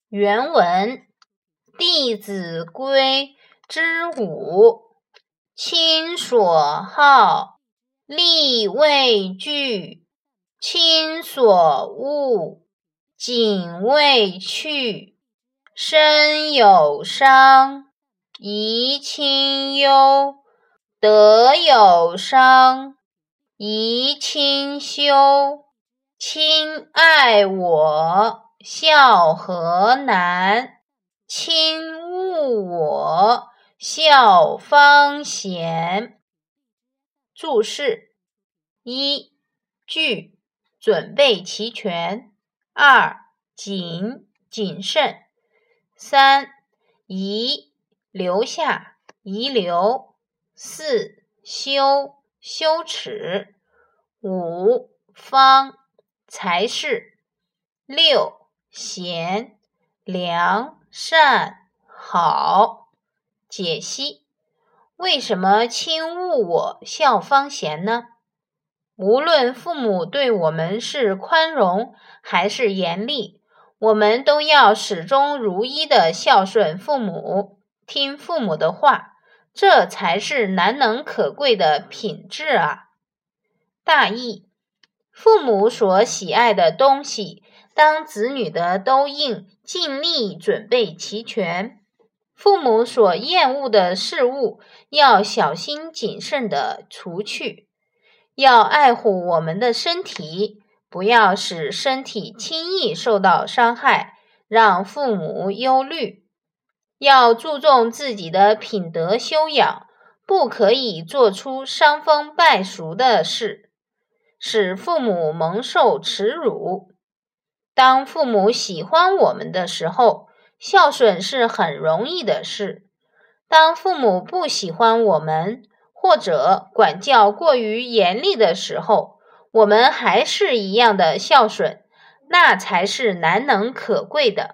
原文《弟子规》之5：亲所好，力为具；亲所恶，谨为去。身有伤，贻亲忧；德有伤，贻亲羞。亲爱我，孝何难；亲恶我，孝方贤。注释：一、具，准备齐全；二、谨，谨慎；三、贻，留下，遗留；四、羞，羞耻；五、方，才是；六、贤，良善好。解析：为什么亲恶我，孝方贤呢？无论父母对我们是宽容还是严厉，我们都要始终如一地孝顺父母，听父母的话，这才是难能可贵的品质啊！大意：父母所喜爱的东西，当子女的都应尽力准备齐全；父母所厌恶的事物，要小心谨慎地除去。要爱护我们的身体，不要使身体轻易受到伤害，让父母忧虑。要注重自己的品德修养，不可以做出伤风败俗的事，使父母蒙受耻辱。当父母喜欢我们的时候，孝顺是很容易的事；当父母不喜欢我们，或者管教过于严厉的时候，我们还是一样的孝顺，那才是难能可贵的。